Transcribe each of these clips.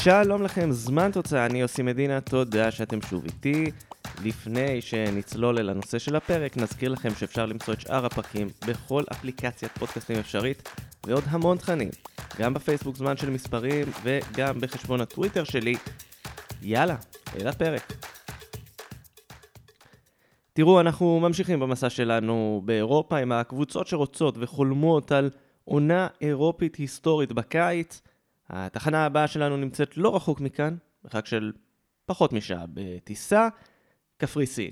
שלום לכם, זמן תוצאה, אני יוסי מדינה, תודה שאתם שוב איתי. לפני שנצלול אל הנושא של הפרק, נזכיר לכם שאפשר למצוא את שאר הפרקים בכל אפליקציית פודקאסטים אפשרית, ועוד המון תכנים, גם בפייסבוק זמן של מספרים, וגם בחשבון הטוויטר שלי. יאללה, אל הפרק. תראו, אנחנו ממשיכים במסע שלנו באירופה עם הקבוצות שרוצות וחולמות על עונה אירופית היסטורית בקיץ. התחנה הבאה שלנו נמצאת לא רחוק מכאן, בחג של פחות משעה בטיסה, קפריסין.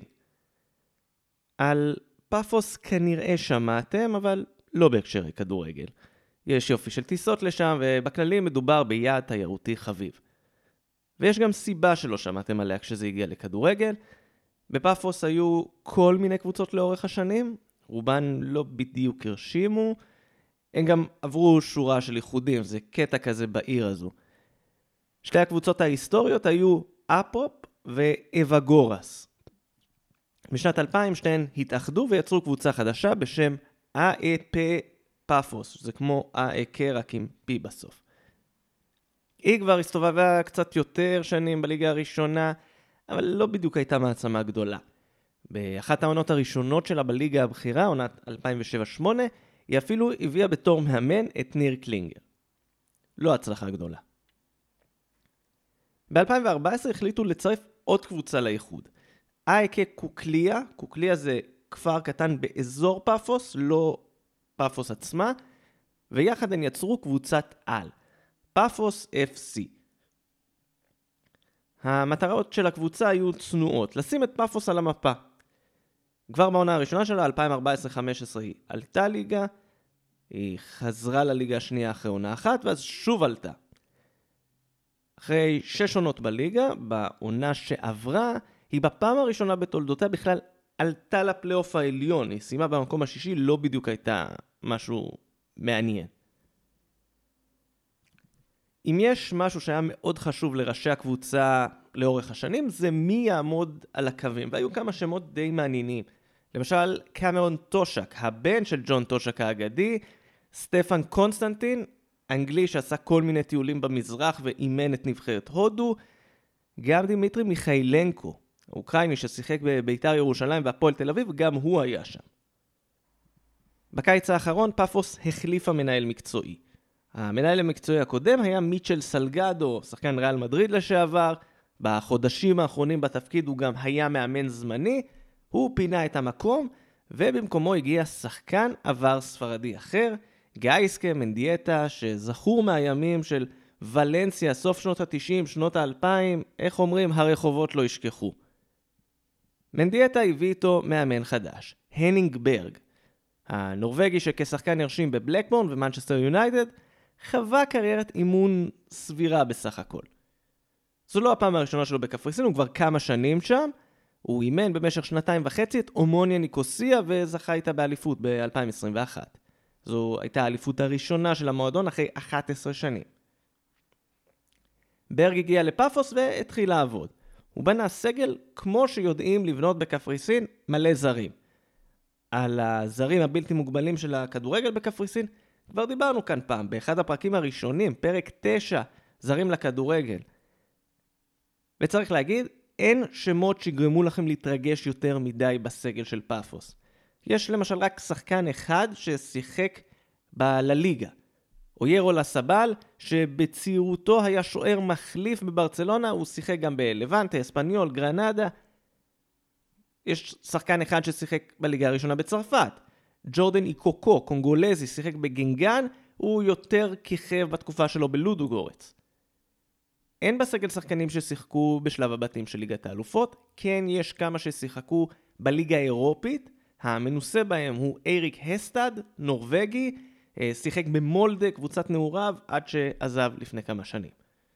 על פאפוס כנראה שמעתם, אבל לא בהקשרי כדורגל. יש יופי של טיסות לשם, ובכללי מדובר ביעד תיירותי חביב. ויש גם סיבה שלא שמעתם עליה כשזה הגיע לכדורגל. בפאפוס היו כל מיני קבוצות לאורך השנים, רובן לא בדיוק הרשימו, הם גם עברו שורה של ייחודים, זה קטע כזה בעיר הזו. שתי הקבוצות ההיסטוריות היו אפופ ואבגורס. בשנת 2000 שתיהן התאחדו ויצרו קבוצה חדשה בשם AEP פאפוס, זה כמו AEK רק עם P בסוף. היא כבר הסתובבה קצת יותר שנים בליגה הראשונה, אבל לא בדיוק הייתה מעצמה גדולה. באחת העונות הראשונות שלה בליגה הבכירה, עונת 2007-2008, היא אפילו הביאה בתור מאמן את ניר קלינגר. לא הצלחה גדולה. ב-2014 החליטו לצרף עוד קבוצה לאיחוד. AEK קוקליה, קוקליה זה כפר קטן באזור פאפוס, לא פאפוס עצמה, ויחד הם יצרו קבוצת על, פאפוס FC. המטרות של הקבוצה היו צנועות, לשים את פאפוס על המפה. כבר בעונה הראשונה שלה, 2014-2015, היא עלתה ליגה, היא חזרה לליגה השנייה אחרי עונה אחת, ואז שוב עלתה. אחרי 6 עונות בליגה, בעונה שעברה, היא בפעם הראשונה בתולדותיה בכלל עלתה לפלייאוף העליון. היא סיימה במקום השישי, לא בדיוק הייתה משהו מעניין. אם יש משהו שהיה מאוד חשוב לראשי הקבוצה לאורך השנים, זה מי יעמוד על הקווים. והיו כמה שמות די מעניינים. למשל, קמרון טושק, הבן של ג'ון טושק האגדי, סטפן קונסטנטין, אנגלי שעשה כל מיני טיולים במזרח ואימן את נבחרת הודו, גם דימיטרי מיכאילנקו, האוקראיני ששיחק בבית"ר ירושלים והפועל תל אביב, גם הוא היה שם. בקיץ האחרון פאפוס החליפה מנהל מקצועי. המנהל המקצועי הקודם היה מיטשל סלגדו, שחקן ריאל מדריד לשעבר. בחודשים האחרונים בתפקיד הוא גם היה מאמן זמני. הוא פינה את המקום, ובמקומו הגיע שחקן עבר ספרדי אחר, גייסקה מנדיאטה, שזכור מהימים של ולנסיה, סוף שנות ה-90, שנות ה-2000, איך אומרים, הרחובות לא ישכחו. מנדיאטה הביא איתו מאמן חדש, הנינג ברג, הנורווגי שכשחקן הרשים בבלקבורן ומנצ'סטר יונייטד, חווה קריירת אימון סבירה בסך הכל. זו לא הפעם הראשונה שלו בקפריסין, הוא כבר כמה שנים שם, הוא אימן במשך 2.5 את אומוניה ניקוסיה וזכה איתה באליפות ב-2021. זו הייתה האליפות הראשונה של המועדון אחרי 11 שנים. ברג הגיע לפאפוס והתחיל לעבוד. הוא בנה סגל כמו שיודעים לבנות בקפריסין מלא זרים. על הזרים הבלתי מוגבלים של הכדורגל בקפריסין כבר דיברנו כאן פעם, באחד הפרקים הראשונים, פרק 9, זרים לכדורגל. וצריך להגיד, אין שמות שיגרמו לכם להתרגש יותר מדי בסגל של פאפוס. יש למשל רק שחקן אחד ששיחק בליגה. אוירו לסבל, שבצעירותו היה שוער מחליף בברצלונה, הוא שיחק גם בלבנטה, אספניול, גרנדה. יש שחקן אחד ששיחק בליגה הראשונה בצרפת. ג'ורדן איקוקו, קונגולזי, שיחק בגינגן, הוא יותר כיכב בתקופה שלו בלודוגורץ. אין בסגל שחקנים ששיחקו בשלב הבתים של ליגת האלופות, כן יש כמה ששיחקו בליגה האירופית, המנוסה בהם הוא אייריק הסטד, נורווגי, שיחק במולדה, קבוצת נעוריו, עד שעזב לפני כמה שנים.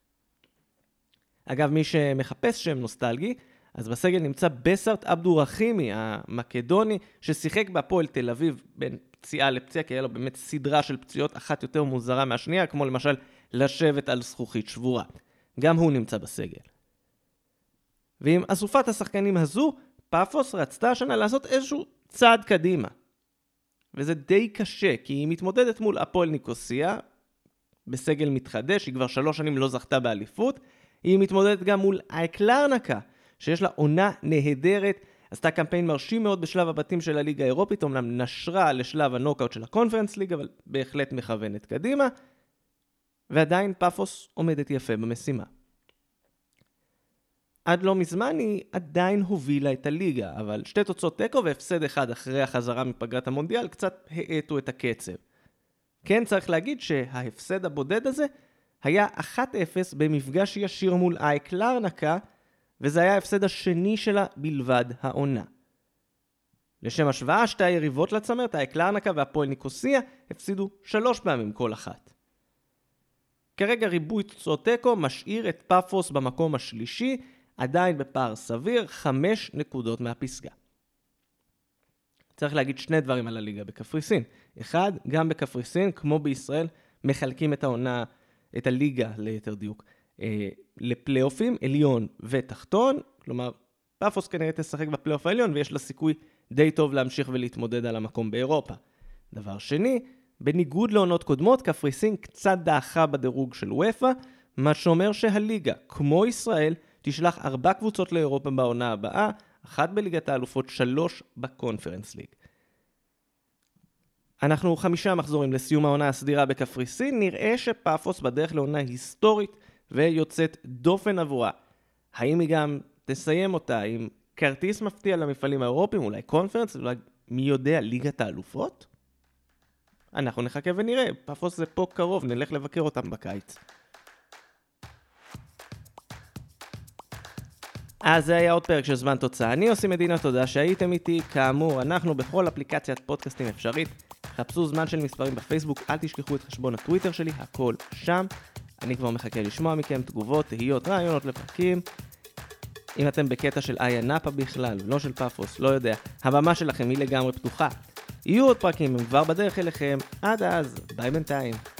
אגב, מי שמחפש שם נוסטלגי, אז בסגל נמצא בסארט אבדו רחימי, המקדוני, ששיחק בהפועל תל אביב בין פציעה לפציעה, כי היה לו באמת סדרה של פציעות, אחת יותר מוזרה מהשנייה, כמו למשל לשבת על זכוכית שבורה. גם הוא נמצא בסגל. ועם אסופת השחקנים הזו, פאפוס רצתה השנה לעשות איזשהו צעד קדימה. וזה די קשה, כי היא מתמודדת מול הפועל ניקוסיה, בסגל מתחדש, היא כבר 3 שנים לא זכתה באליפות, היא מתמודדת גם מול אייק לרנקה, שיש לה עונה נהדרת, עשתה קמפיין מרשים מאוד בשלב הבתים של הליגה האירופית, אמנם נשרה לשלב הנוקאוט של הקונפרנס ליג, אבל בהחלט מכוונת קדימה, ועדיין פאפוס עומדת יפה במשימה. עד לא מזמן היא עדיין הובילה את הליגה, אבל 2 תוצאות תיקו והפסד אחד אחרי החזרה מפגרת המונדיאל קצת האטו את הקצב. כן, צריך להגיד שההפסד הבודד הזה היה 1-0 במפגש ישיר מול אייק לרנקה, וזה היה ההפסד השני שלה בלבד העונה. לשם השוואה, 2 היריבות לצמרת, אייק לרנקה והפועל ניקוסיה, הפסידו 3 פעמים כל אחת. כרגע ריבוי תוצאות תיקו משאיר את פאפוס במקום השלישי, עדיין בפער סביר, 5 נקודות מהפסגה. צריך להגיד 2 דברים על הליגה בקפריסין. אחד, גם בקפריסין, כמו בישראל, מחלקים את הליגה ליתר דיוק, לפלייאופים, עליון ותחתון, כלומר, פאפוס כנראה תשחק בפלייאוף העליון, ויש לה סיכוי די טוב להמשיך ולהתמודד על המקום באירופה. דבר שני, בניגוד לעונות קודמות, קפריסין קצת דעכה בדירוג של וופא, מה שאומר שהליגה, כמו ישראל, תשלח 4 קבוצות לאירופה בעונה הבאה, 1 בליגת האלופות, 3 בקונפרנס ליג. אנחנו 5 מחזורים לסיום העונה הסדירה בקפריסין, נראה שפאפוס בדרך לעונה היסטורית ויוצאת דופן עבורה. האם היא גם תסיים אותה עם כרטיס מפתיע למפעלים האירופיים, אולי קונפרנס, אולי מי יודע, ליגת האלופות? אנחנו נחכה ונראה, פאפוס זה פה קרוב, נלך לבקר אותם בקיץ. אז זה היה עוד פרק של זמן תוצאה. אני עושה מדינה, תודה שהייתם איתי. כאמור, אנחנו בכל אפליקציית פודקאסטים אפשרית. חפשו זמן של מספרים בפייסבוק, אל תשכחו את חשבון הטוויטר שלי, הכל שם. אני כבר מחכה לשמוע מכם תגובות, תהיות, רעיונות לפרקים. אם אתם בקטע של איה נאפה בכלל, לא של פאפוס, לא יודע, הבמה שלכם היא לגמרי פתוחה. יהיו עוד פרקים, הם כבר בדרך אליכם. עד אז, ביי בינתיים.